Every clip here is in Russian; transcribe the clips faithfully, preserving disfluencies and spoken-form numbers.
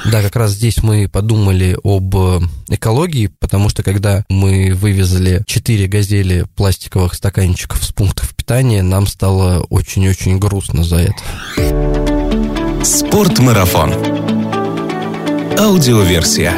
Да, как раз здесь мы подумали об экологии, потому что когда мы вывезли четыре газели пластиковых стаканчиков с пунктов питания, нам стало очень-очень грустно за это. Спортмарафон. Аудиоверсия.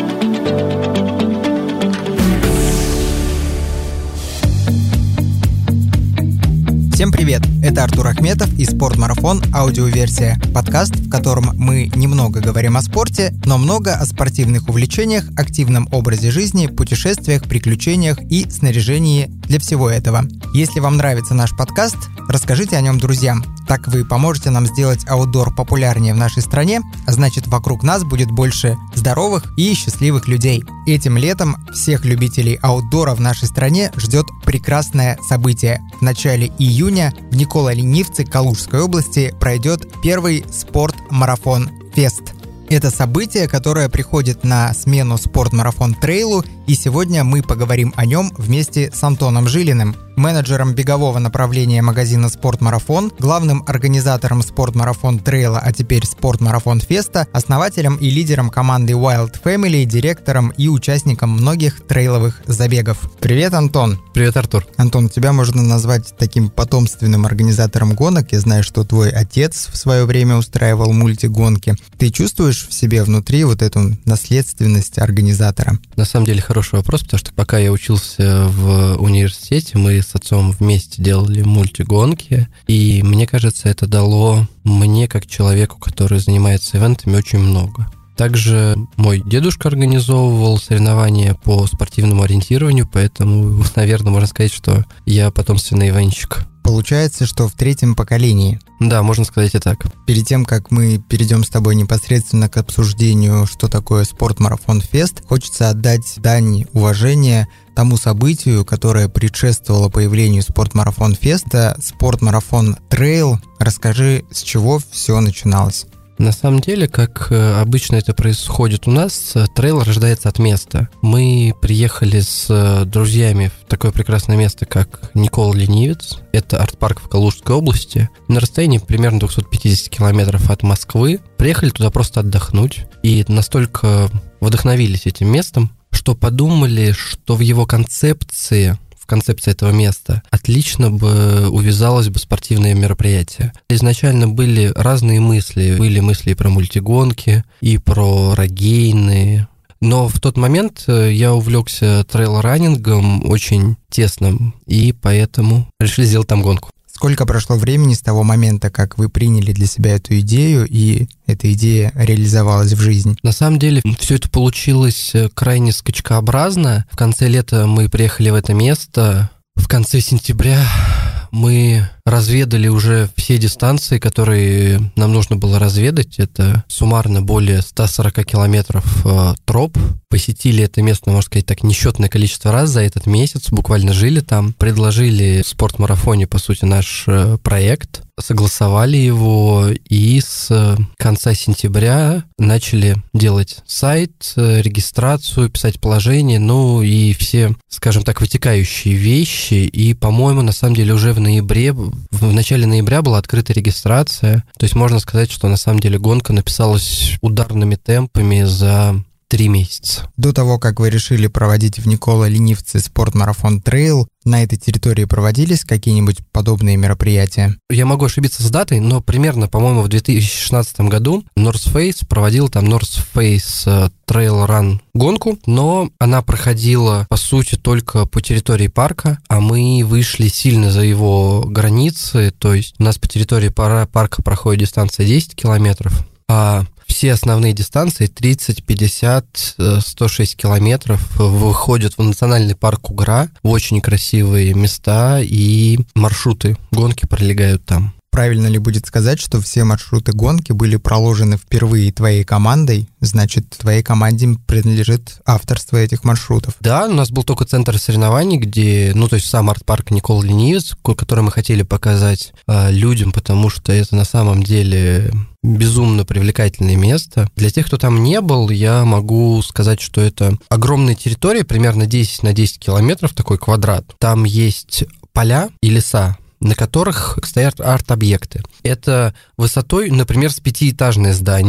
Всем привет! Это Артур Ахметов и «Спортмарафон. Аудиоверсия». Подкаст, в котором мы немного говорим о спорте, но много о спортивных увлечениях, активном образе жизни, путешествиях, приключениях и снаряжении для всего этого. Если вам нравится наш подкаст, расскажите о нем друзьям. Так вы поможете нам сделать аутдор популярнее в нашей стране, а значит, вокруг нас будет больше здоровых и счастливых людей. Этим летом всех любителей аутдора в нашей стране ждет прекрасное событие. В начале июня в Никола-Ленивце Калужской области пройдет первый спортмарафон Фест. Это событие, которое приходит на смену спортмарафон трейлу, и сегодня мы поговорим о нем вместе с Антоном Жилиным, менеджером бегового направления магазина «Спортмарафон», главным организатором спортмарафон трейла, а теперь спортмарафон Феста, основателем и лидером команды Wild Family, директором и участником многих трейловых забегов. Привет, Антон. Привет, Артур. Антон, тебя можно назвать таким потомственным организатором гонок. Я знаю, что твой отец в свое время устраивал мультигонки. Ты чувствуешь в себе внутри вот эту наследственность организатора? На самом деле хороший вопрос, потому что пока я учился в университете, мы с отцом вместе делали мультигонки, и мне кажется, это дало мне, как человеку, который занимается ивентами, очень много. Также мой дедушка организовывал соревнования по спортивному ориентированию, поэтому, наверное, можно сказать, что я потомственный ивенщик. Получается, что в третьем поколении. Да, можно сказать и так. Перед тем, как мы перейдем с тобой непосредственно к обсуждению, что такое спортмарафон Фест, хочется отдать дань уважения тому событию, которое предшествовало появлению спортмарафон Феста, спортмарафон трейл. Расскажи, с чего все начиналось. На самом деле, как обычно это происходит у нас, трейл рождается от места. Мы приехали с друзьями в такое прекрасное место, как Никола-Ленивец. Это арт-парк в Калужской области. На расстоянии примерно двести пятьдесят километров от Москвы. Приехали туда просто отдохнуть. И настолько вдохновились этим местом, что подумали, что в его концепции... концепция этого места, отлично бы увязалось бы спортивное мероприятие. Изначально были разные мысли. Были мысли и про мультигонки, и про рогейны. Но в тот момент я увлекся трейл-раннингом очень тесным, и поэтому решили сделать там гонку. Сколько прошло времени с того момента, как вы приняли для себя эту идею, и эта идея реализовалась в жизнь? На самом деле, все это получилось крайне скачкообразно. В конце лета мы приехали в это место. В конце сентября мы разведали уже все дистанции, которые нам нужно было разведать. Это суммарно более сто сорок километров э, троп. Посетили это место, можно сказать так, несчетное количество раз за этот месяц. Буквально жили там. Предложили в спортмарафоне, по сути, наш э, проект. Согласовали его и с конца сентября начали делать сайт, регистрацию, писать положение, ну и все, скажем так, вытекающие вещи. И, по-моему, на самом деле уже в ноябре, в начале ноября была открыта регистрация. То есть можно сказать, что на самом деле гонка написалась ударными темпами за три месяца. До того, как вы решили проводить в Никола-Ленивце спортмарафон трейл, на этой территории проводились какие-нибудь подобные мероприятия? Я могу ошибиться с датой, но примерно, по-моему, в две тысячи шестнадцатом году North Face проводил там North Face Trail Run гонку, но она проходила, по сути, только по территории парка, а мы вышли сильно за его границы, то есть у нас по территории парка проходит дистанция десять километров, а все основные дистанции тридцать, пятьдесят, сто шесть километров выходят в национальный парк Угра, в очень красивые места, и маршруты гонки пролегают там. Правильно ли будет сказать, что все маршруты гонки были проложены впервые твоей командой? Значит, твоей команде принадлежит авторство этих маршрутов. Да, у нас был только центр соревнований, где, ну, то есть сам арт-парк Никола-Ленивец, который мы хотели показать э, людям, потому что это на самом деле безумно привлекательное место. Для тех, кто там не был, я могу сказать, что это огромная территория, примерно десять на десять километров, такой квадрат. Там есть поля и леса, на которых стоят арт-объекты. Это высотой, например, с пятиэтажное здание,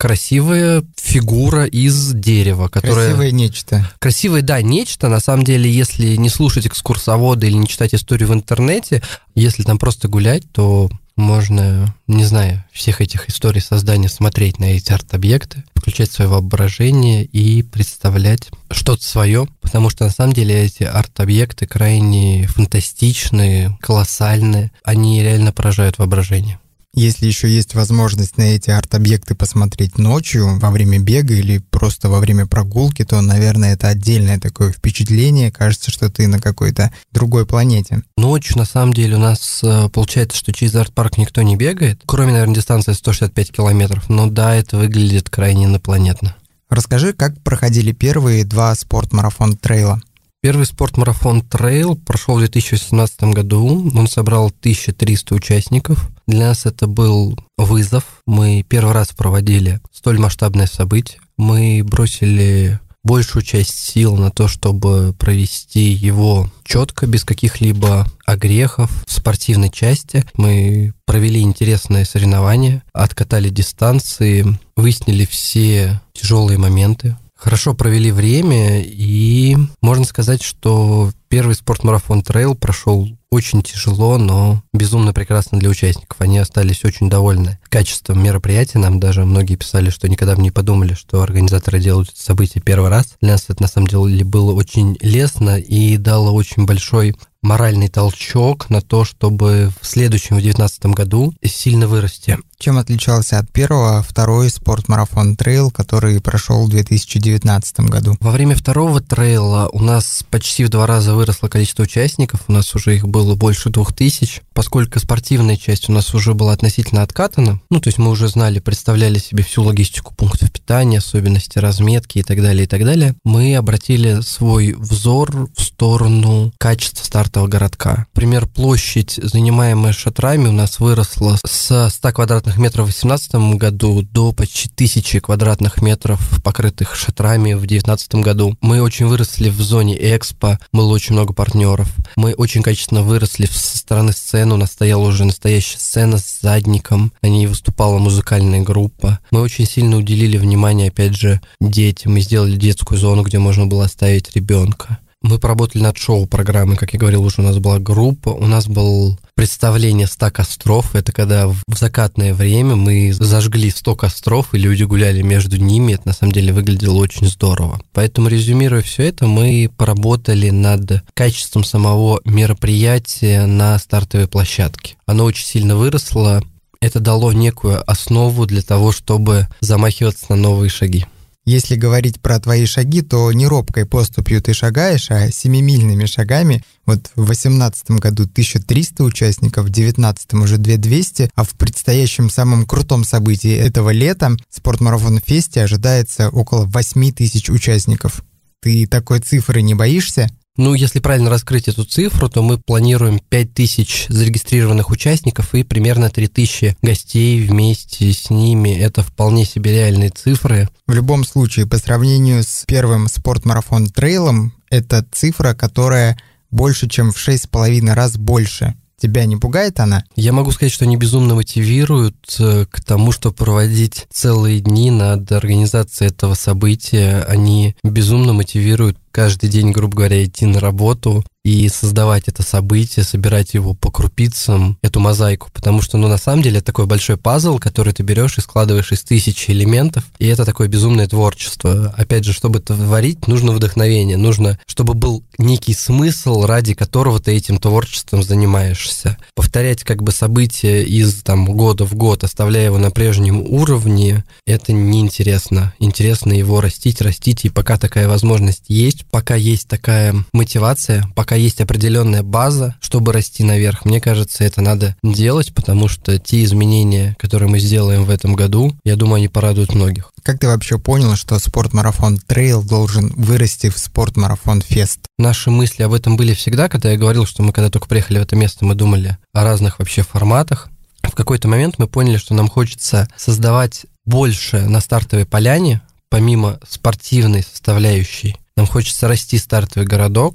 красивая фигура из дерева, которая... Красивое нечто. Красивое, да, нечто. На самом деле, если не слушать экскурсовода или не читать историю в интернете, если там просто гулять, то можно, не знаю, всех этих историй создания смотреть на эти арт-объекты, включать свое воображение и представлять что-то свое, потому что на самом деле эти арт-объекты крайне фантастичные, колоссальные, они реально поражают воображение. Если еще есть возможность на эти арт-объекты посмотреть ночью, во время бега или просто во время прогулки, то, наверное, это отдельное такое впечатление. Кажется, что ты на какой-то другой планете. Ночью, на самом деле, у нас получается, что через арт-парк никто не бегает, кроме, наверное, дистанции сто шестьдесят пять километров. Но да, это выглядит крайне инопланетно. Расскажи, как проходили первые два спорт-марафон трейла? Первый спорт-марафон трейл прошел в две тысячи восемнадцатом году. Он собрал тысячу триста участников. Для нас это был вызов. Мы первый раз проводили столь масштабное событие. Мы бросили большую часть сил на то, чтобы провести его четко, без каких-либо огрехов в спортивной части. Мы провели интересные соревнования, откатали дистанции, выяснили все тяжелые моменты. Хорошо провели время, и можно сказать, что первый спорт-марафон трейл прошел очень тяжело, но безумно прекрасно для участников. Они остались очень довольны качеством мероприятия. Нам даже многие писали, что никогда бы не подумали, что организаторы делают это событие первый раз. Для нас это на самом деле было очень лестно и дало очень большой моральный толчок на то, чтобы в следующем, в две тысячи девятнадцатом году сильно вырасти. Чем отличался от первого второй спорт-марафон трейл, который прошел в две тысячи девятнадцатом году? Во время второго трейла у нас почти в два раза выросло количество участников, у нас уже их было больше двух тысяч. Поскольку спортивная часть у нас уже была относительно откатана, ну, то есть мы уже знали, представляли себе всю логистику пунктов питания, особенности разметки и так далее, и так далее, мы обратили свой взор в сторону качества стартового городка. Например, площадь, занимаемая шатрами, у нас выросла с ста квадратных метров в две тысячи восемнадцатом году до почти тысячи квадратных метров, покрытых шатрами в две тысячи девятнадцатом году. Мы очень выросли в зоне экспо, было очень много партнеров. Мы очень качественно выросли со стороны сцены, у нас стояла уже настоящая сцена с задником, на ней выступала музыкальная группа. Мы очень сильно уделили внимание, опять же, детям, мы сделали детскую зону, где можно было оставить ребенка. Мы поработали над шоу-программой, как я говорил, уже у нас была группа, у нас было представление ста костров, это когда в закатное время мы зажгли сто костров, и люди гуляли между ними, это на самом деле выглядело очень здорово. Поэтому, резюмируя все это, мы поработали над качеством самого мероприятия на стартовой площадке. Оно очень сильно выросло, это дало некую основу для того, чтобы замахиваться на новые шаги. Если говорить про твои шаги, то не робкой поступью ты шагаешь, а семимильными шагами. Вот в восемнадцатом году тысяча триста участников, в девятнадцатом уже две тысячи двести, а в предстоящем самом крутом событии этого лета, спортмарафон Фесте, ожидается около восемь тысяч участников. Ты такой цифры не боишься? Ну, если правильно раскрыть эту цифру, то мы планируем пять тысяч зарегистрированных участников и примерно три тысячи гостей вместе с ними. Это вполне себе реальные цифры. В любом случае, по сравнению с первым спортмарафон трейлом, это цифра, которая больше, чем в шесть с половиной раз больше. Тебя не пугает она? Я могу сказать, что они безумно мотивируют к тому, чтобы проводить целые дни над организацией этого события. Они безумно мотивируют каждый день, грубо говоря, идти на работу и создавать это событие, собирать его по крупицам, эту мозаику, потому что, ну, на самом деле, это такой большой пазл, который ты берешь и складываешь из тысячи элементов, и это такое безумное творчество. Опять же, чтобы творить, нужно вдохновение, нужно, чтобы был некий смысл, ради которого ты этим творчеством занимаешься. Повторять как бы события из там года в год, оставляя его на прежнем уровне, это неинтересно. Интересно его растить, растить, и пока такая возможность есть, пока есть такая мотивация, пока есть определенная база, чтобы расти наверх, мне кажется, это надо делать, потому что те изменения, которые мы сделаем в этом году, я думаю, они порадуют многих. Как ты вообще понял, что спортмарафон трейл должен вырасти в спортмарафон фест? Наши мысли об этом были всегда, когда я говорил, что мы когда только приехали в это место, мы думали о разных вообще форматах. В какой-то момент мы поняли, что нам хочется создавать больше на стартовой поляне, помимо спортивной составляющей. Нам хочется расти стартовый городок,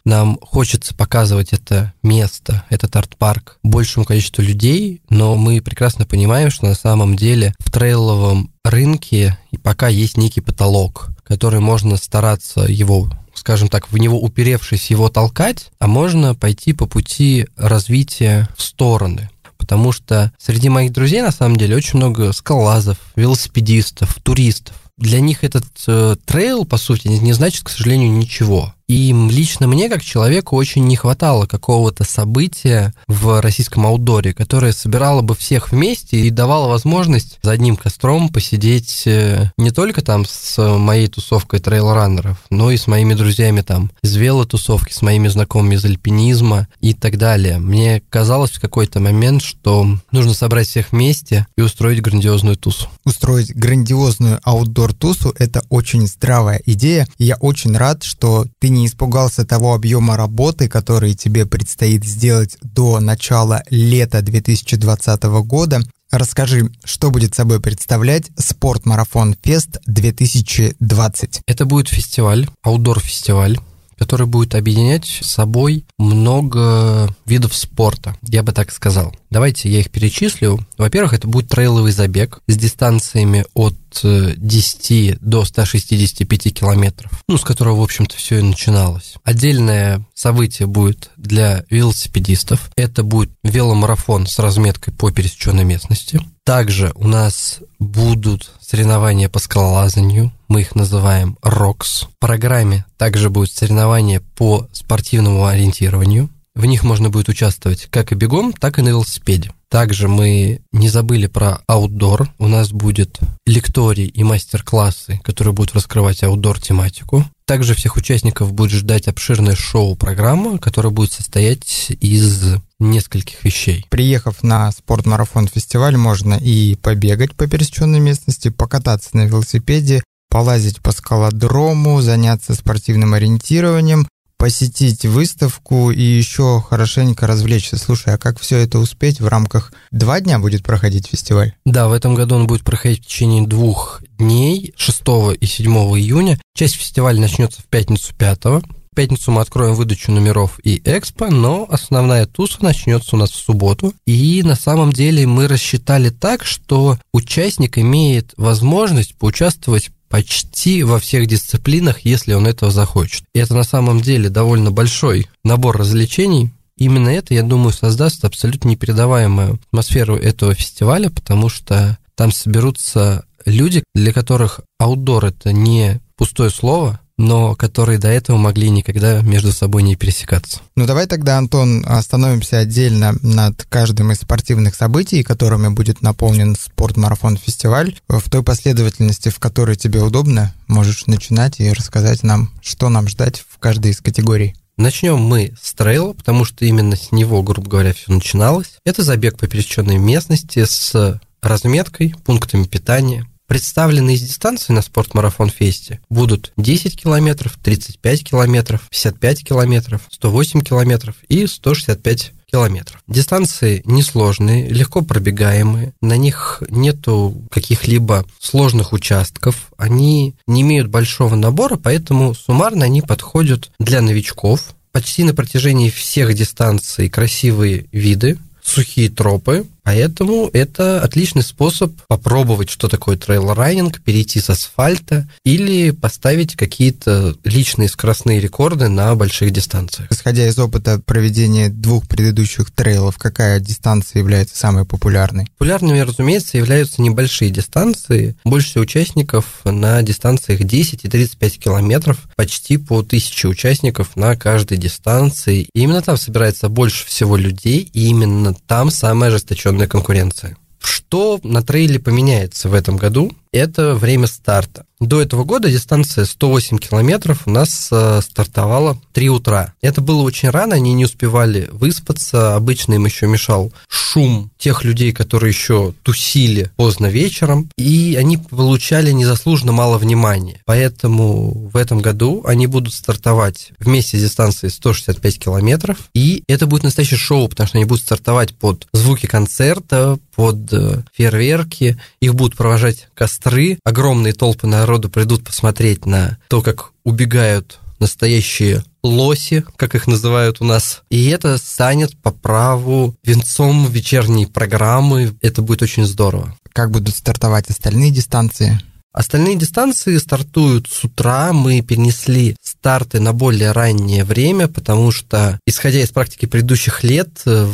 нам хочется показывать это место, этот арт-парк большему количеству людей, но мы прекрасно понимаем, что на самом деле в трейловом рынке пока есть некий потолок, который можно стараться его, скажем так, в него уперевшись, его толкать, а можно пойти по пути развития в стороны. Потому что среди моих друзей, на самом деле, очень много скалолазов, велосипедистов, туристов. Для них этот э, трейл, по сути, не, не значит, к сожалению, ничего. И лично мне, как человеку, очень не хватало какого-то события в российском аутдоре, которое собирало бы всех вместе и давало возможность за одним костром посидеть не только там с моей тусовкой трейл-раннеров, но и с моими друзьями там из велотусовки, с моими знакомыми из альпинизма и так далее. Мне казалось в какой-то момент, что нужно собрать всех вместе и устроить грандиозную тусу. Устроить грандиозную аутдор-тусу – это очень здравая идея, и я очень рад, что ты не испугался того объема работы, который тебе предстоит сделать до начала лета две тысячи двадцатого года. Расскажи, что будет собой представлять Спортмарафон Фест две тысячи двадцать? Это будет фестиваль, аутдор-фестиваль, который будет объединять с собой много видов спорта, я бы так сказал. Давайте я их перечислю. Во-первых, это будет трейловый забег с дистанциями от десяти до ста шестидесяти пяти километров, ну, с которого, в общем-то, все и начиналось. Отдельное событие будет для велосипедистов. Это будет веломарафон с разметкой по пересеченной местности. Также у нас будут соревнования по скалолазанию, мы их называем рокс. В программе также будут соревнования по спортивному ориентированию. В них можно будет участвовать как и бегом, так и на велосипеде. Также мы не забыли про аутдор. У нас будет лекторий и мастер-классы, которые будут раскрывать аутдор-тематику. Также всех участников будет ждать обширная шоу-программа, которая будет состоять из нескольких вещей. Приехав на спортмарафон-фестиваль, можно и побегать по пересеченной местности, покататься на велосипеде, полазить по скалодрому, заняться спортивным ориентированием, посетить выставку и еще хорошенько развлечься. Слушай, а как все это успеть в рамках... Два дня будет проходить фестиваль? Да, в этом году он будет проходить в течение двух дней, шестого и седьмого июня. Часть фестиваля начнется в пятницу пятого. В пятницу мы откроем выдачу номеров и экспо, но основная туса начнется у нас в субботу. И на самом деле мы рассчитали так, что участник имеет возможность поучаствовать почти во всех дисциплинах, если он этого захочет. И это на самом деле довольно большой набор развлечений. Именно это, я думаю, создаст абсолютно непередаваемую атмосферу этого фестиваля, потому что там соберутся люди, для которых аутдор – это не пустое слово, но которые до этого могли никогда между собой не пересекаться. Ну давай тогда, Антон, остановимся отдельно над каждым из спортивных событий, которыми будет наполнен Спортмарафон-фестиваль. В той последовательности, в которой тебе удобно, можешь начинать и рассказать нам, что нам ждать в каждой из категорий. Начнем мы с трейла, потому что именно с него, грубо говоря, все начиналось. Это забег по пересеченной местности с разметкой, пунктами питания. Представленные из дистанции на Спортмарафон-фесте будут десять километров, тридцать пять километров, пятьдесят пять километров, сто восемь километров и сто шестьдесят пять километров. Дистанции несложные, легко пробегаемые, на них нету каких-либо сложных участков, они не имеют большого набора, поэтому суммарно они подходят для новичков. Почти на протяжении всех дистанций красивые виды, сухие тропы, поэтому это отличный способ попробовать, что такое трейл-раннинг, перейти с асфальта или поставить какие-то личные скоростные рекорды на больших дистанциях. Исходя из опыта проведения двух предыдущих трейлов, какая дистанция является самой популярной? Популярными, разумеется, являются небольшие дистанции. Больше всего участников на дистанциях десять и тридцать пять километров, почти по тысяче участников на каждой дистанции. И именно там собирается больше всего людей, и именно там самая ожесточенная конкуренция. Что на трейле поменяется в этом году? Это время старта. До этого года дистанция сто восемь километров у нас э, стартовала в три утра. Это было очень рано, они не успевали выспаться. Обычно им еще мешал шум тех людей, которые еще тусили поздно вечером, и они получали незаслуженно мало внимания. Поэтому в этом году они будут стартовать вместе с дистанцией сто шестьдесят пять километров, и это будет настоящее шоу, потому что они будут стартовать под звуки концерта, под э, фейерверки, их будут провожать костры, огромные толпы народу придут посмотреть на то, как убегают настоящие лоси, как их называют у нас. И это станет по праву венцом вечерней программы. Это будет очень здорово. Как будут стартовать остальные дистанции? Остальные дистанции стартуют с утра. Мы перенесли старты на более раннее время, потому что, исходя из практики предыдущих лет,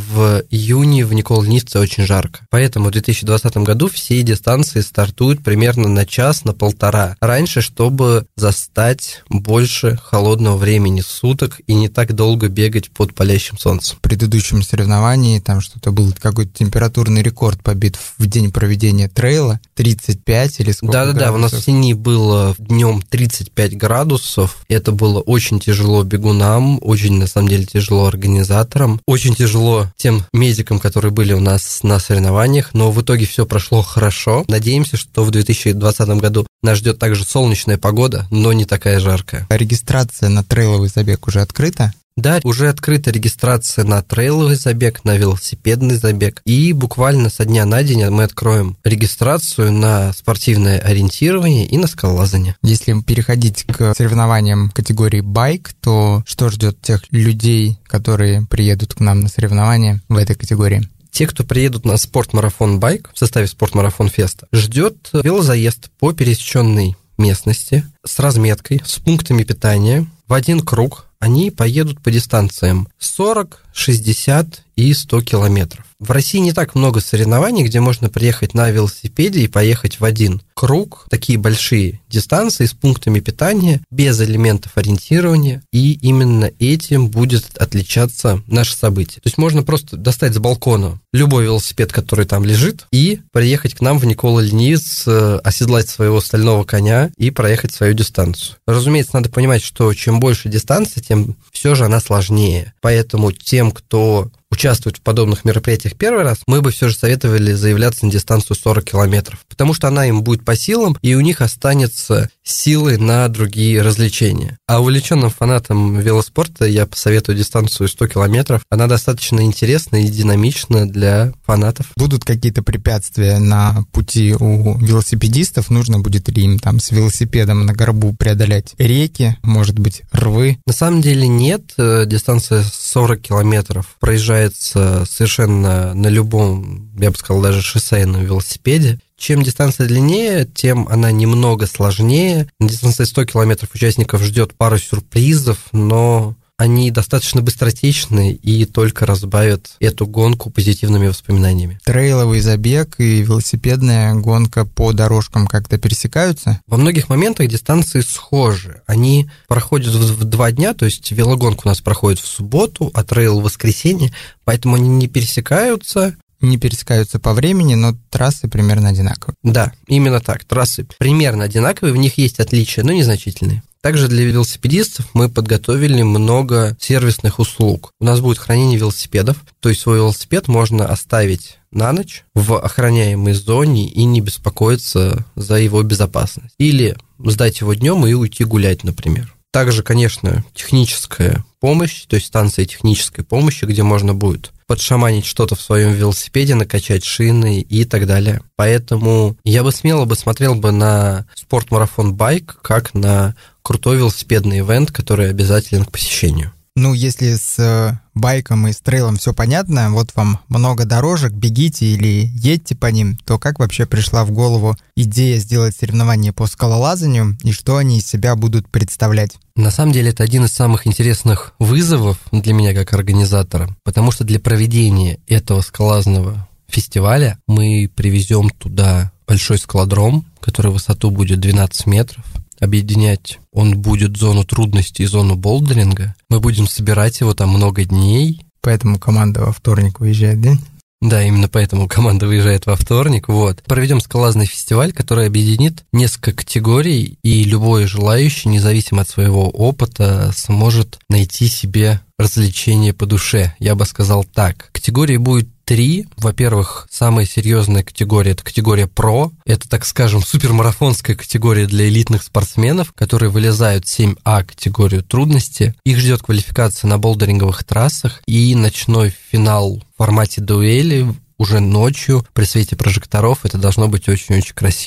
в июне в Никола-Нивце очень жарко. Поэтому в две тысячи двадцатом году все дистанции стартуют примерно на час, на полтора раньше, чтобы застать больше холодного времени суток и не так долго бегать под палящим солнцем. В предыдущем соревновании там что-то был какой-то температурный рекорд побит в день проведения трейла, тридцать пять или сколько Да-да-да. У нас в тени было днем тридцать пять градусов. Это было очень тяжело бегунам, очень, на самом деле, тяжело организаторам, очень тяжело тем медикам, которые были у нас на соревнованиях, но в итоге все прошло хорошо. Надеемся, что в две тысячи двадцатом году нас ждет также солнечная погода, но не такая жаркая. Регистрация на трейловый забег уже открыта? Да, уже открыта регистрация на трейловый забег, на велосипедный забег. И буквально со дня на день мы откроем регистрацию на спортивное ориентирование и на скалолазание. Если переходить к соревнованиям категории байк, то что ждет тех людей, которые приедут к нам на соревнования в этой категории? Те, кто приедут на спорт-марафон байк в составе спорт-марафон феста, ждет велозаезд по пересеченной местности с разметкой, с пунктами питания в один круг. Они поедут по дистанциям сорок, шестьдесят и сто километров. В России не так много соревнований, где можно приехать на велосипеде и поехать в один круг. Такие большие дистанции с пунктами питания, без элементов ориентирования. И именно этим будет отличаться наше событие. То есть можно просто достать с балкона любой велосипед, который там лежит, и приехать к нам в Никола-Нивец, оседлать своего стального коня и проехать свою дистанцию. Разумеется, надо понимать, что чем больше дистанция, тем все же она сложнее. Поэтому тем, кто участвует в подобных мероприятиях первый раз, мы бы все же советовали заявляться на дистанцию сорок километров, потому что она им будет по силам, и у них останется силы на другие развлечения. А увлеченным фанатам велоспорта я посоветую дистанцию сто километров. Она достаточно интересна и динамична для фанатов. Будут какие-то препятствия на пути у велосипедистов? Нужно будет ли им там с велосипедом на горбу преодолять реки, может быть, рвы? На самом деле нет. Дистанция сорок километров проезжается совершенно на любом, я бы сказал, даже шоссейном велосипеде. Чем дистанция длиннее, тем она немного сложнее. На дистанции сто километров участников ждет пару сюрпризов, но они достаточно быстротечны и только разбавят эту гонку позитивными воспоминаниями. Трейловый забег и велосипедная гонка по дорожкам как-то пересекаются? Во многих моментах дистанции схожи. Они проходят в два дня, то есть велогонка у нас проходит в субботу, а трейл в воскресенье, поэтому они не пересекаются. Не пересекаются по времени, но трассы примерно одинаковые. Да, именно так. Трассы примерно одинаковые, в них есть отличия, но незначительные. Также для велосипедистов мы подготовили много сервисных услуг. У нас будет хранение велосипедов, то есть свой велосипед можно оставить на ночь в охраняемой зоне и не беспокоиться за его безопасность. Или сдать его днем и уйти гулять, например. Также, конечно, техническая помощь, то есть станция технической помощи, где можно будет подшаманить что-то в своем велосипеде, накачать шины и так далее. Поэтому я бы смело бы смотрел бы на спорт-марафон байк как на крутой велосипедный ивент, который обязателен к посещению. Ну, если с байком и с трейлом все понятно, вот вам много дорожек, бегите или едьте по ним, то как вообще пришла в голову идея сделать соревнования по скалолазанию и что они из себя будут представлять? На самом деле это один из самых интересных вызовов для меня как организатора, потому что для проведения этого скалолазного фестиваля мы привезем туда большой скалодром, который в высоту будет двенадцать метров. Объединять он будет зону трудности и зону болдеринга. Мы будем собирать его там много дней. Поэтому команда во вторник уезжает, да? Да, именно поэтому команда выезжает во вторник. Вот. Проведем скалолазный фестиваль, который объединит несколько категорий, и любой желающий, независимо от своего опыта, сможет найти себе развлечение по душе. Я бы сказал так. Категорий будет три. Во-первых, самая серьезная категория – это категория ПРО. Это, так скажем, супермарафонская категория для элитных спортсменов, которые вылезают в семь А категорию трудности. Их ждет квалификация на болдеринговых трассах и ночной финал в формате дуэли уже ночью при свете прожекторов. Это должно быть очень-очень красиво.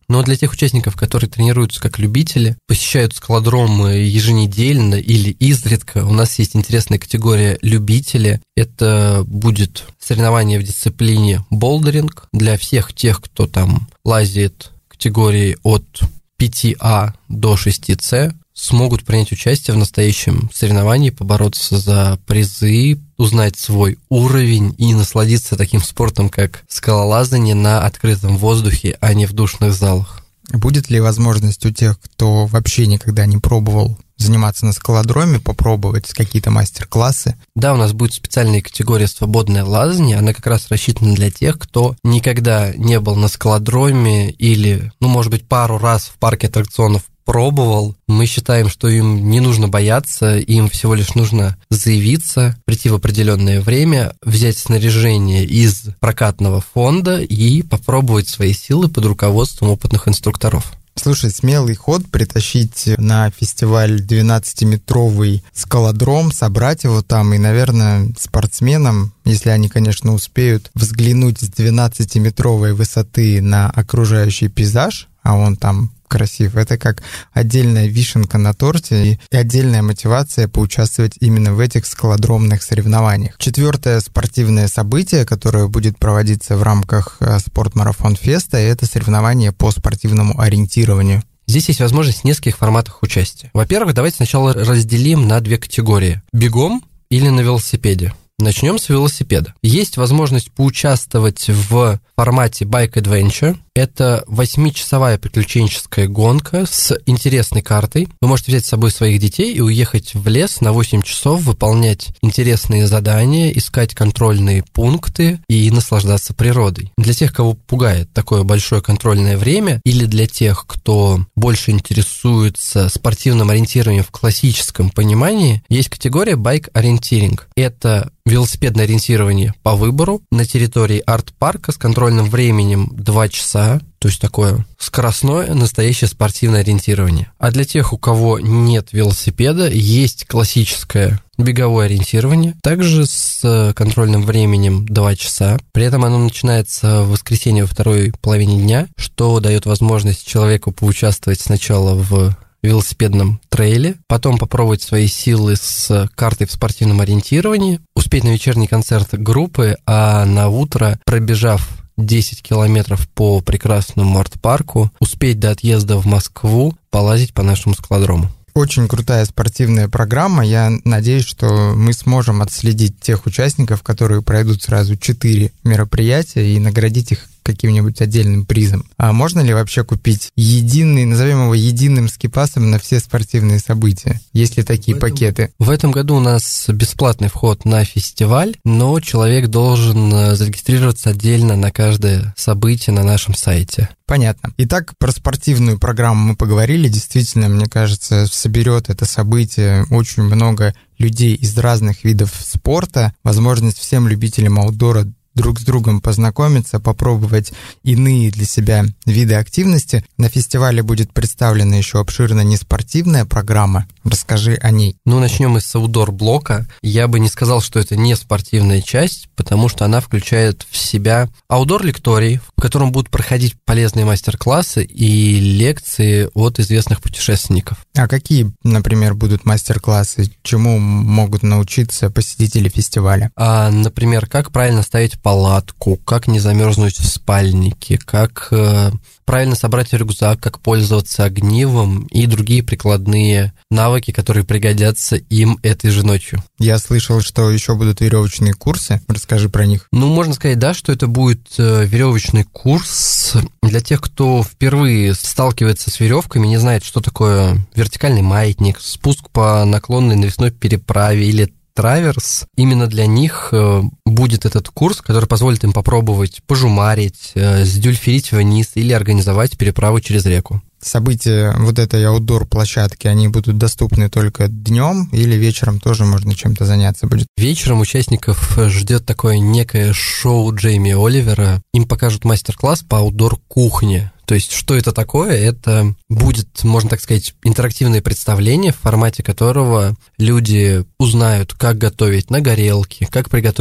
Но для тех участников, которые тренируются как любители, посещают скалодром еженедельно или изредка, у нас есть интересная категория любители. Это будет соревнование в дисциплине болдеринг для всех тех, кто там лазит категории от пять А до шесть С, смогут принять участие в настоящем соревновании, побороться за призы, узнать свой уровень и насладиться таким спортом, как скалолазание на открытом воздухе, а не в душных залах. Будет ли возможность у тех, кто вообще никогда не пробовал заниматься на скалодроме, попробовать какие-то мастер-классы? Да, у нас будет специальная категория «Свободное лазание». Она как раз рассчитана для тех, кто никогда не был на скалодроме или, ну, может быть, пару раз в парке аттракционов пробовал. Мы считаем, что им не нужно бояться, им всего лишь нужно заявиться, прийти в определенное время, взять снаряжение из прокатного фонда и попробовать свои силы под руководством опытных инструкторов. Слушай, смелый ход притащить на фестиваль двенадцатиметровый скалодром, собрать его там и, наверное, спортсменам, если они, конечно, успеют взглянуть с двенадцатиметровой высоты на окружающий пейзаж, а он там красив. Это как отдельная вишенка на торте и отдельная мотивация поучаствовать именно в этих скалодромных соревнованиях. Четвертое спортивное событие, которое будет проводиться в рамках Спортмарафон Феста, это соревнования по спортивному ориентированию. Здесь есть возможность в нескольких форматах участия. Во-первых, давайте сначала разделим на две категории. Бегом или на велосипеде. Начнем с велосипеда. Есть возможность поучаствовать в формате Bike Adventure. Это восьмичасовая приключенческая гонка с интересной картой. Вы можете взять с собой своих детей и уехать в лес на восемь часов, выполнять интересные задания, искать контрольные пункты и наслаждаться природой. Для тех, кого пугает такое большое контрольное время, или для тех, кто больше интересуется спортивным ориентированием в классическом понимании, есть категория Bike Orienteering. Это велосипедное ориентирование по выбору на территории арт-парка с контрольным временем два часа, то есть такое скоростное, настоящее спортивное ориентирование. А для тех, у кого нет велосипеда, есть классическое беговое ориентирование, также с контрольным временем два часа. При этом оно начинается в воскресенье во второй половине дня, что дает возможность человеку поучаствовать сначала в велосипедном трейле, потом попробовать свои силы с картой в спортивном ориентировании, успеть на вечерний концерт группы, а на утро, пробежав десять километров по прекрасному арт-парку, успеть до отъезда в Москву полазить по нашему скалодрому. Очень крутая спортивная программа. Я надеюсь, что мы сможем отследить тех участников, которые пройдут сразу четыре мероприятия, и наградить их каким-нибудь отдельным призом. А можно ли вообще купить единый, назовем его единым скипасом на все спортивные события? Есть ли такие в этом, пакеты? В этом году у нас бесплатный вход на фестиваль, но человек должен зарегистрироваться отдельно на каждое событие на нашем сайте. Понятно. Итак, про спортивную программу мы поговорили. Действительно, мне кажется, соберет это событие очень много людей из разных видов спорта. Возможность всем любителям аутдора друг с другом познакомиться, попробовать иные для себя виды активности. На фестивале будет представлена еще обширно неспортивная программа. Расскажи о ней. Ну, начнем из аутдор-блока. Я бы не сказал, что это не спортивная часть, потому что она включает в себя аутдор-лекторий, в котором будут проходить полезные мастер-классы и лекции от известных путешественников. А какие, например, будут мастер-классы? Чему могут научиться посетители фестиваля? А, например, как правильно ставить палатку, как не замерзнуть в спальнике, как э, правильно собрать рюкзак, как пользоваться огнивом и другие прикладные навыки, которые пригодятся им этой же ночью. Я слышал, что еще будут веревочные курсы. Расскажи про них. Ну, можно сказать, да, что это будет э, веревочный курс для тех, кто впервые сталкивается с веревками, не знает, что такое вертикальный маятник, спуск по наклонной навесной переправе или траверс. Именно для них будет этот курс, который позволит им попробовать пожумарить, сдюльферить вниз или организовать переправу через реку. События вот этой аутдор-площадки, они будут доступны только днем или вечером тоже можно чем-то заняться будет? Вечером участников ждет такое некое шоу Джейми Оливера. Им покажут мастер-класс по аутдор-кухне. То есть, что это такое? Это будет, можно так сказать, интерактивное представление, в формате которого люди узнают, как готовить на горелке, как приготовить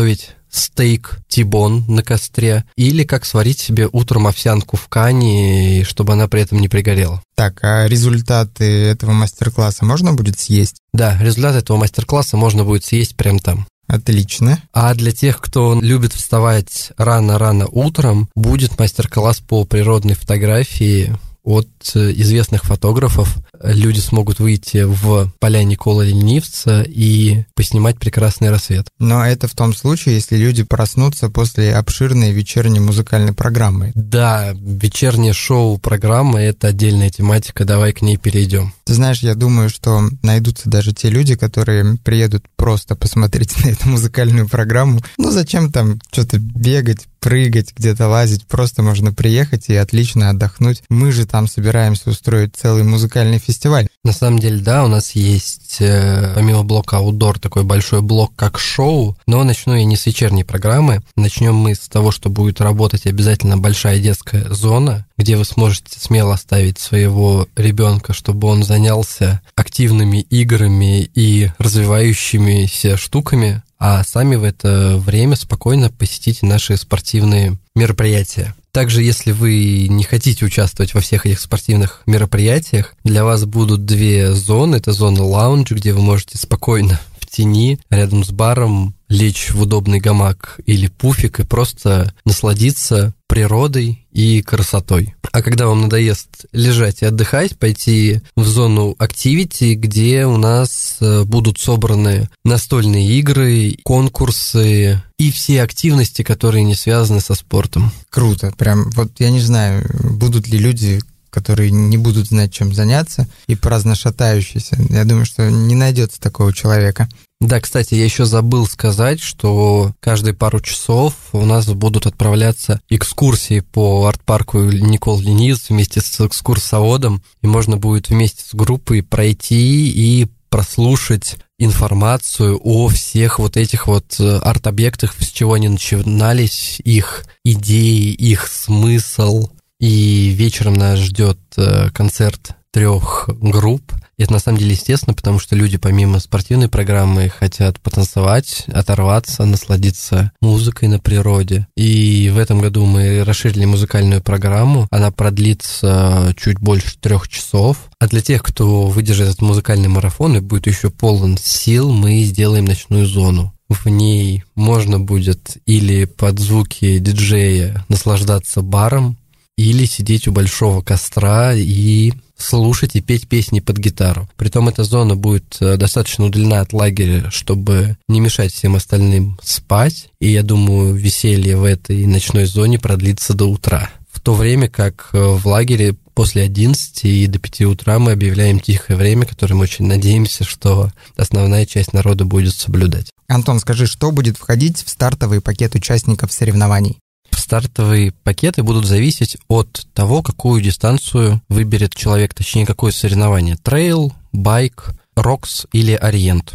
стейк тибон на костре, или как сварить себе утром овсянку в кане, чтобы она при этом не пригорела. Так, а результаты этого мастер-класса можно будет съесть? Да, результаты этого мастер-класса можно будет съесть прямо там. Отлично. А для тех, кто любит вставать рано-рано утром, будет мастер-класс по природной фотографии от известных фотографов. Люди смогут выйти в поля Николы Ленивца и поснимать прекрасный рассвет. Но это в том случае, если люди проснутся после обширной вечерней музыкальной программы. Да, вечернее шоу-программа – это отдельная тематика, давай к ней перейдем. Ты знаешь, я думаю, что найдутся даже те люди, которые приедут просто посмотреть на эту музыкальную программу. Ну, зачем там что-то бегать, прыгать, где-то лазить, просто можно приехать и отлично отдохнуть. Мы же там собираемся устроить целый музыкальный фестиваль. На самом деле, да, у нас есть, помимо блока Outdoor, такой большой блок, как шоу, но начну я не с вечерней программы. Начнем мы с того, что будет работать обязательно большая детская зона, где вы сможете смело оставить своего ребенка, чтобы он занялся активными играми и развивающимися штуками, а сами в это время спокойно посетите наши спортивные мероприятия. Также, если вы не хотите участвовать во всех этих спортивных мероприятиях, для вас будут две зоны. Это зона лаунж, где вы можете спокойно в тени, рядом с баром, лечь в удобный гамак или пуфик и просто насладиться природой и красотой. А когда вам надоест лежать и отдыхать, пойти в зону активити, где у нас будут собраны настольные игры, конкурсы и все активности, которые не связаны со спортом. Круто. Прям вот я не знаю, будут ли люди, которые не будут знать, чем заняться, и праздно шатающиеся. Я думаю, что не найдется такого человека. Да, кстати, я еще забыл сказать, что каждые пару часов у нас будут отправляться экскурсии по арт-парку Никол Ленивец вместе с экскурсоводом, и можно будет вместе с группой пройти и прослушать информацию о всех вот этих вот арт-объектах, с чего они начинались, их идеи, их смысл. И вечером нас ждет концерт трех групп. И это на самом деле естественно, потому что люди помимо спортивной программы хотят потанцевать, оторваться, насладиться музыкой на природе. И в этом году мы расширили музыкальную программу. Она продлится чуть больше трех часов. А для тех, кто выдержит этот музыкальный марафон и будет еще полон сил, мы сделаем ночную зону. В ней можно будет или под звуки диджея наслаждаться баром, или сидеть у большого костра и слушать и петь песни под гитару. Притом эта зона будет достаточно удалена от лагеря, чтобы не мешать всем остальным спать. И я думаю, веселье в этой ночной зоне продлится до утра. В то время как в лагере после одиннадцати и до пяти утра мы объявляем тихое время, которое мы очень надеемся, что основная часть народа будет соблюдать. Антон, скажи, что будет входить в стартовый пакет участников соревнований? Стартовые пакеты будут зависеть от того, какую дистанцию выберет человек, точнее, какое соревнование. Трейл, байк, рокс или ориент.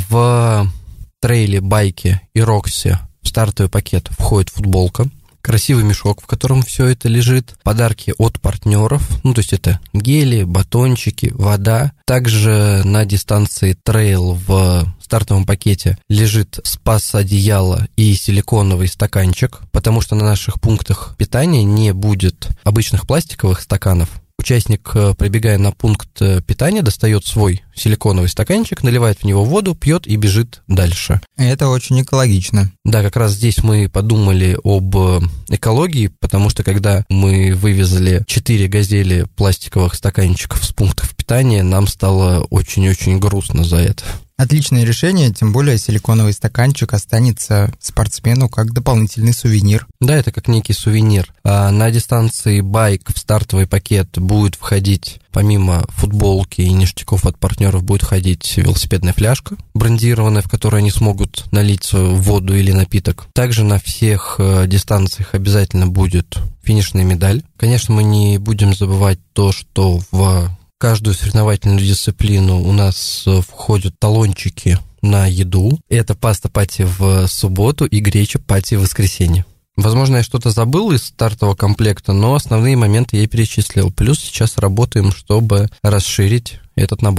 В трейле, байке и роксе в стартовый пакет входит футболка, красивый мешок, в котором все это лежит, подарки от партнеров, ну, то есть это гели, батончики, вода. Также на дистанции трейл в стартовом пакете лежит спас-одеяло и силиконовый стаканчик, потому что на наших пунктах питания не будет обычных пластиковых стаканов. Участник, прибегая на пункт питания, достает свой силиконовый стаканчик, наливает в него воду, пьет и бежит дальше. Это очень экологично. Да, как раз здесь мы подумали об экологии, потому что когда мы вывезли четыре газели пластиковых стаканчиков с пунктов питания, нам стало очень-очень грустно за это. Отличное решение, тем более силиконовый стаканчик останется спортсмену как дополнительный сувенир. Да, это как некий сувенир. А на дистанции байк в стартовый пакет будет входить, помимо футболки и ништяков от партнеров, будет входить велосипедная фляжка брендированная, в которой они смогут налить свою воду или напиток. Также на всех дистанциях обязательно будет финишная медаль. Конечно, мы не будем забывать то, что в каждую соревновательную дисциплину у нас входят талончики на еду. Это паста пати в субботу и греча пати в воскресенье. Возможно, я что-то забыл из стартового комплекта, но основные моменты я перечислил. Плюс сейчас работаем, чтобы расширить этот набор.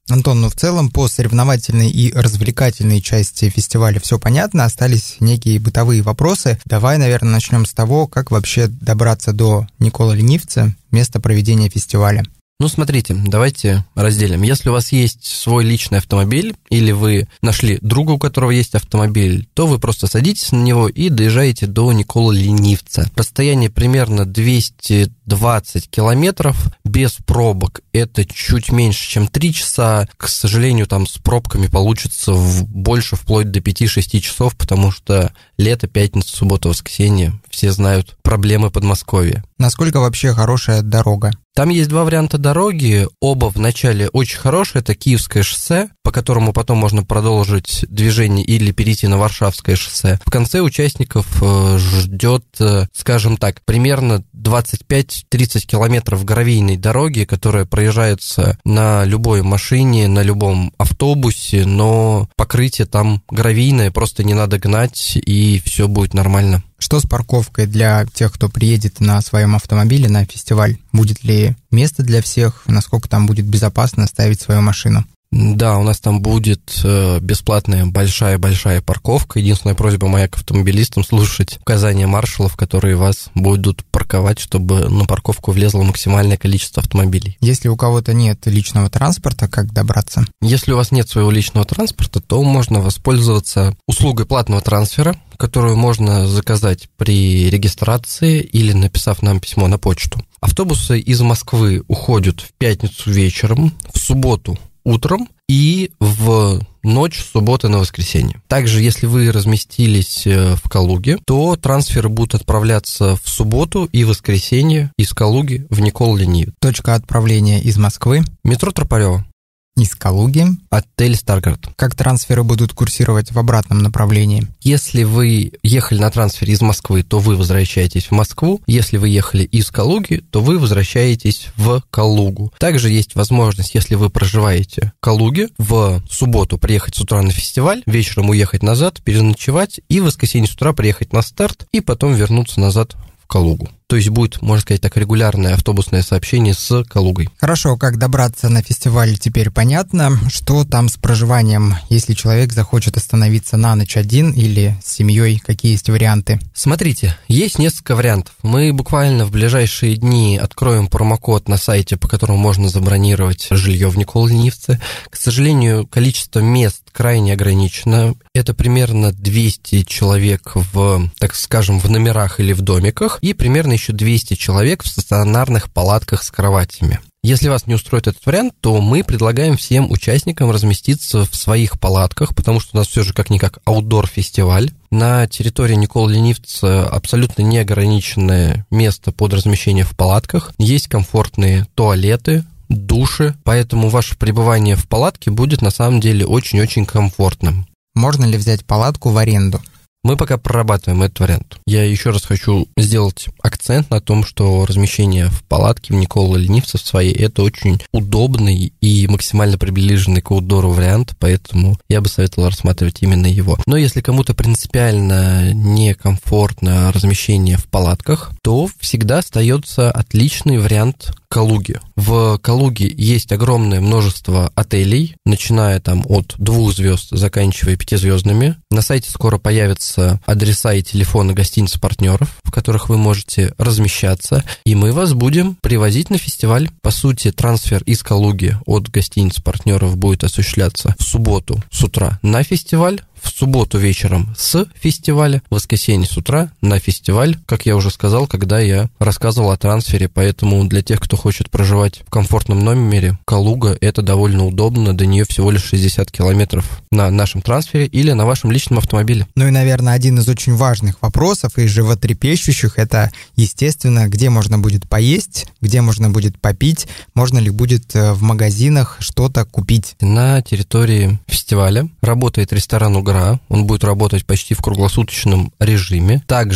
Антон, ну в целом по соревновательной и развлекательной части фестиваля все понятно, остались некие бытовые вопросы. Давай, наверное, начнем с того, как вообще добраться до Николы Ленивца, места проведения фестиваля. Ну, смотрите, давайте разделим. Если у вас есть свой личный автомобиль, или вы нашли друга, у которого есть автомобиль, то вы просто садитесь на него и доезжаете до Николы Ленивца. Расстояние примерно двести двадцать километров, без пробок. Это чуть меньше, чем три часа. К сожалению, там с пробками получится в больше, вплоть до пяти-шести часов, потому что лето, пятница, суббота, воскресенье. Все знают проблемы Подмосковья. Насколько вообще хорошая дорога? Там есть два варианта дороги, оба в начале очень хорошие, это Киевское шоссе, по которому потом можно продолжить движение или перейти на Варшавское шоссе. В конце участников ждет, скажем так, примерно двадцать пять-тридцать километров гравийной дороги, которая проезжается на любой машине, на любом автобусе, но покрытие там гравийное, просто не надо гнать, и все будет нормально. Что с парковкой для тех, кто приедет на своем автомобиле на фестиваль? Будет ли место для всех? Насколько там будет безопасно ставить свою машину? Да, у нас там будет бесплатная большая-большая парковка. Единственная просьба моя к автомобилистам — слушать указания маршалов, которые вас будут парковать, чтобы на парковку влезло максимальное количество автомобилей. Если у кого-то нет личного транспорта, как добраться? Если у вас нет своего личного транспорта, то можно воспользоваться услугой платного трансфера, которую можно заказать при регистрации или написав нам письмо на почту. Автобусы из Москвы уходят в пятницу вечером, в субботу утром и в ночь с субботы на воскресенье. Также, если вы разместились в Калуге, то трансферы будут отправляться в субботу и воскресенье из Калуги в Николу Ленивец. Точка отправления из Москвы? Метро Тропарева. Из Калуги? Отель Старгард. Как трансферы будут курсировать в обратном направлении? Если вы ехали на трансфере из Москвы, то вы возвращаетесь в Москву. Если вы ехали из Калуги, то вы возвращаетесь в Калугу. Также есть возможность, если вы проживаете в Калуге, в субботу приехать с утра на фестиваль, вечером уехать назад, переночевать, и в воскресенье с утра приехать на старт, и потом вернуться назад в Калугу. То есть будет, можно сказать так, регулярное автобусное сообщение с Калугой. Хорошо, как добраться на фестиваль, теперь понятно. Что там с проживанием, если человек захочет остановиться на ночь один или с семьей, какие есть варианты? Смотрите, есть несколько вариантов. Мы буквально в ближайшие дни откроем промокод на сайте, по которому можно забронировать жилье в Николе Ленивце. К сожалению, количество мест крайне ограничено. Это примерно двести человек в, так скажем, в номерах или в домиках, и примерно еще двести человек в стационарных палатках с кроватями. Если вас не устроит этот вариант, то мы предлагаем всем участникам разместиться в своих палатках, потому что у нас все же как-никак аутдор-фестиваль. На территории Николы Ленивца абсолютно неограниченное место под размещение в палатках. Есть комфортные туалеты, души, поэтому ваше пребывание в палатке будет на самом деле очень-очень комфортным. Можно ли взять палатку в аренду? Мы пока прорабатываем этот вариант. Я еще раз хочу сделать акцент на том, что размещение в палатке в Николе Ленивце в своей — это очень удобный и максимально приближенный к аутдору вариант, поэтому я бы советовал рассматривать именно его. Но если кому-то принципиально некомфортно размещение в палатках, то всегда остается отличный вариант Калуги. В Калуге есть огромное множество отелей, начиная там от двух звезд, заканчивая пятизвездными. На сайте скоро появятся адреса и телефоны гостиниц-партнеров, в которых вы можете размещаться, и мы вас будем привозить на фестиваль. По сути, трансфер из Калуги от гостиниц-партнеров будет осуществляться в субботу с утра на фестиваль, в субботу вечером с фестиваля, в воскресенье с утра на фестиваль, как я уже сказал, когда я рассказывал о трансфере, поэтому для тех, кто хочет проживать в комфортном номере, Калуга — это довольно удобно, до нее всего лишь шестьдесят километров на нашем трансфере или на вашем личном автомобиле. Ну и, наверное, один из очень важных вопросов и животрепещущих — это, естественно, где можно будет поесть, где можно будет попить, можно ли будет в магазинах что-то купить. На территории фестиваля работает ресторан «Угра», он будет работать почти в круглосуточном режиме. Также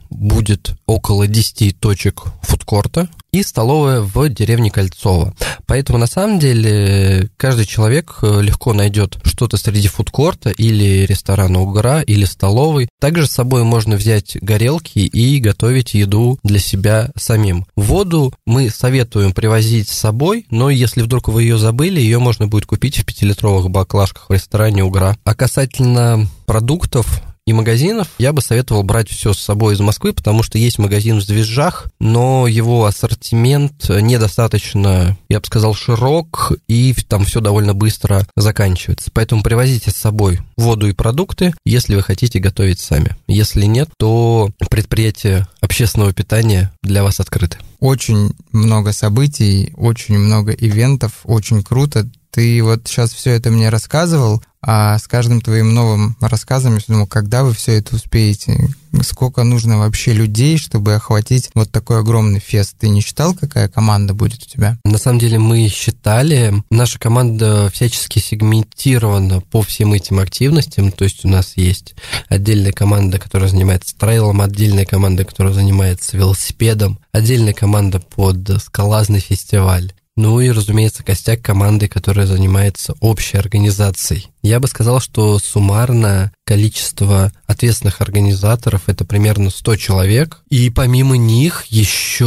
будет около десять точек фудкорта и столовая в деревне Кольцово. Поэтому, на самом деле, каждый человек легко найдет что-то среди фудкорта или ресторана «Угра», или столовой. Также с собой можно взять горелки и готовить еду для себя самим. Воду мы советуем привозить с собой, но если вдруг вы ее забыли, ее можно будет купить в пятилитровых баклажках в ресторане «Угра». А касательно продуктов и магазинов, я бы советовал брать все с собой из Москвы, потому что есть магазин в Звезжах, но его ассортимент недостаточно, я бы сказал, широк, и там все довольно быстро заканчивается. Поэтому привозите с собой воду и продукты, если вы хотите готовить сами. Если нет, то предприятия общественного питания для вас открыты. Очень много событий, очень много ивентов, очень круто. Ты вот сейчас все это мне рассказывал, а с каждым твоим новым рассказом я думал, когда вы все это успеете? Сколько нужно вообще людей, чтобы охватить вот такой огромный фест? Ты не считал, какая команда будет у тебя? На самом деле мы считали. Наша команда всячески сегментирована по всем этим активностям. То есть у нас есть отдельная команда, которая занимается трейлом, отдельная команда, которая занимается велосипедом, отдельная команда под скалазный фестиваль. Ну и, разумеется, костяк команды, которая занимается общей организацией. Я бы сказал, что суммарно количество ответственных организаторов – это примерно сто человек. И помимо них еще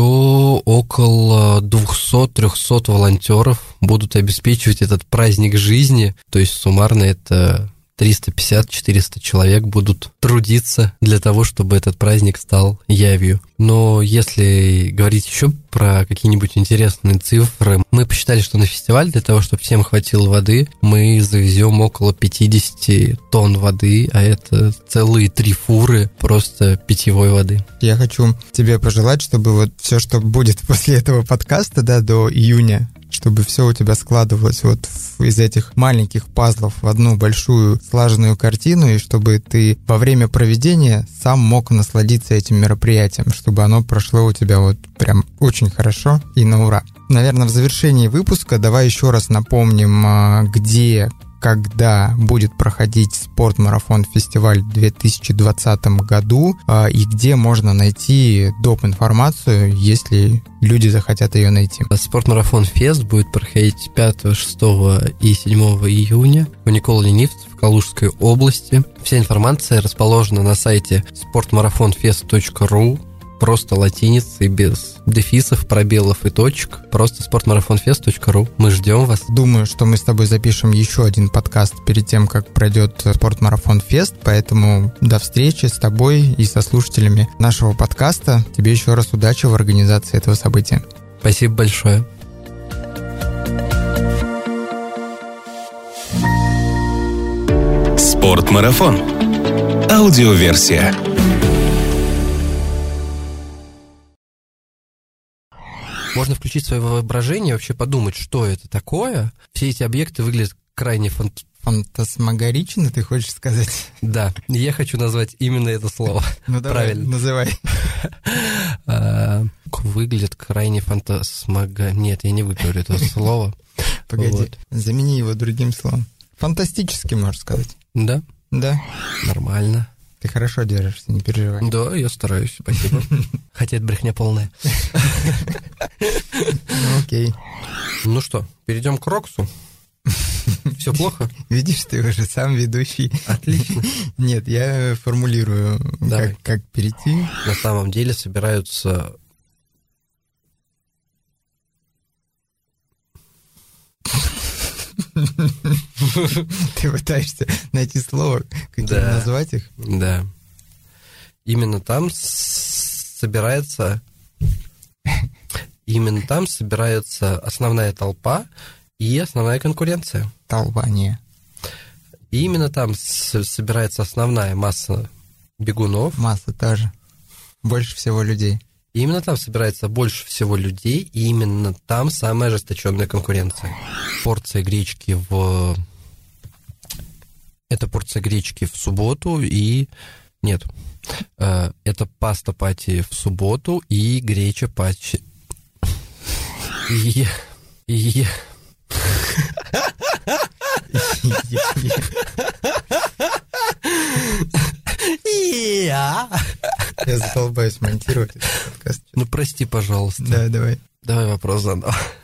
около двести-триста волонтеров будут обеспечивать этот праздник жизни. То есть суммарно это триста пятьдесят - четыреста человек будут трудиться для того, чтобы этот праздник стал явью. Но если говорить еще про какие-нибудь интересные цифры, мы посчитали, что на фестиваль для того, чтобы всем хватило воды, мы завезем около пятьдесят тонн воды, а это целые три фуры просто питьевой воды. Я хочу тебе пожелать, чтобы вот все, что будет после этого подкаста, да, до июня, чтобы все у тебя складывалось вот из этих маленьких пазлов в одну большую слаженную картину, и чтобы ты во время проведения сам мог насладиться этим мероприятием, чтобы оно прошло у тебя вот прям очень хорошо и на ура. Наверное, в завершении выпуска давай еще раз напомним, где, когда будет проходить спортмарафон фестиваль в две тысячи двадцатом году и где можно найти доп. Информацию, если люди захотят ее найти. Спортмарафон Фест будет проходить пятого, шестого и седьмого июня у Николы Ленивца в Калужской области. Вся информация расположена на сайте спортмарафонфест точка ру. Просто латиницей, без дефисов, пробелов и точек. Просто спортмарафонфест точка ру. Мы ждем вас. Думаю, что мы с тобой запишем еще один подкаст перед тем, как пройдет Спортмарафон Фест, поэтому до встречи с тобой и со слушателями нашего подкаста. Тебе еще раз удачи в организации этого события. Спасибо большое. Спортмарафон. Аудиоверсия. Можно включить свое воображение, вообще подумать, что это такое. Все эти объекты выглядят крайне фант... фантасмагорично, ты хочешь сказать? Да, я хочу назвать именно это слово. Ну давай, правильно. Называй. Выглядят крайне фантасмага... Нет, я не выговорю этого слова. Погоди, замени его другим словом. Фантастически, можно сказать. Да? Да. Нормально. Ты хорошо держишься, не переживай. Да, я стараюсь, спасибо. Хотя это брехня полная. Ну, окей. Ну что, перейдем к Роксу. Все плохо? Видишь, ты уже сам ведущий. Отлично. Нет, я формулирую, как, как перейти. На самом деле собираются... Ты пытаешься найти слово, каким да. назвать их? Да. Именно там собирается... Именно там собирается основная толпа и основная конкуренция. Толпа, не. И именно там собирается основная масса бегунов. Масса тоже. Больше всего людей. И именно там собирается больше всего людей, и именно там самая ожесточенная конкуренция. Порция гречки в... Это порция гречки в субботу и... Нет. Это паста пати в субботу и греча пати... И... И... Я... Я задолбаюсь монтировать этот подкаст. Ну, прости, пожалуйста. Да, давай. Давай вопрос заново.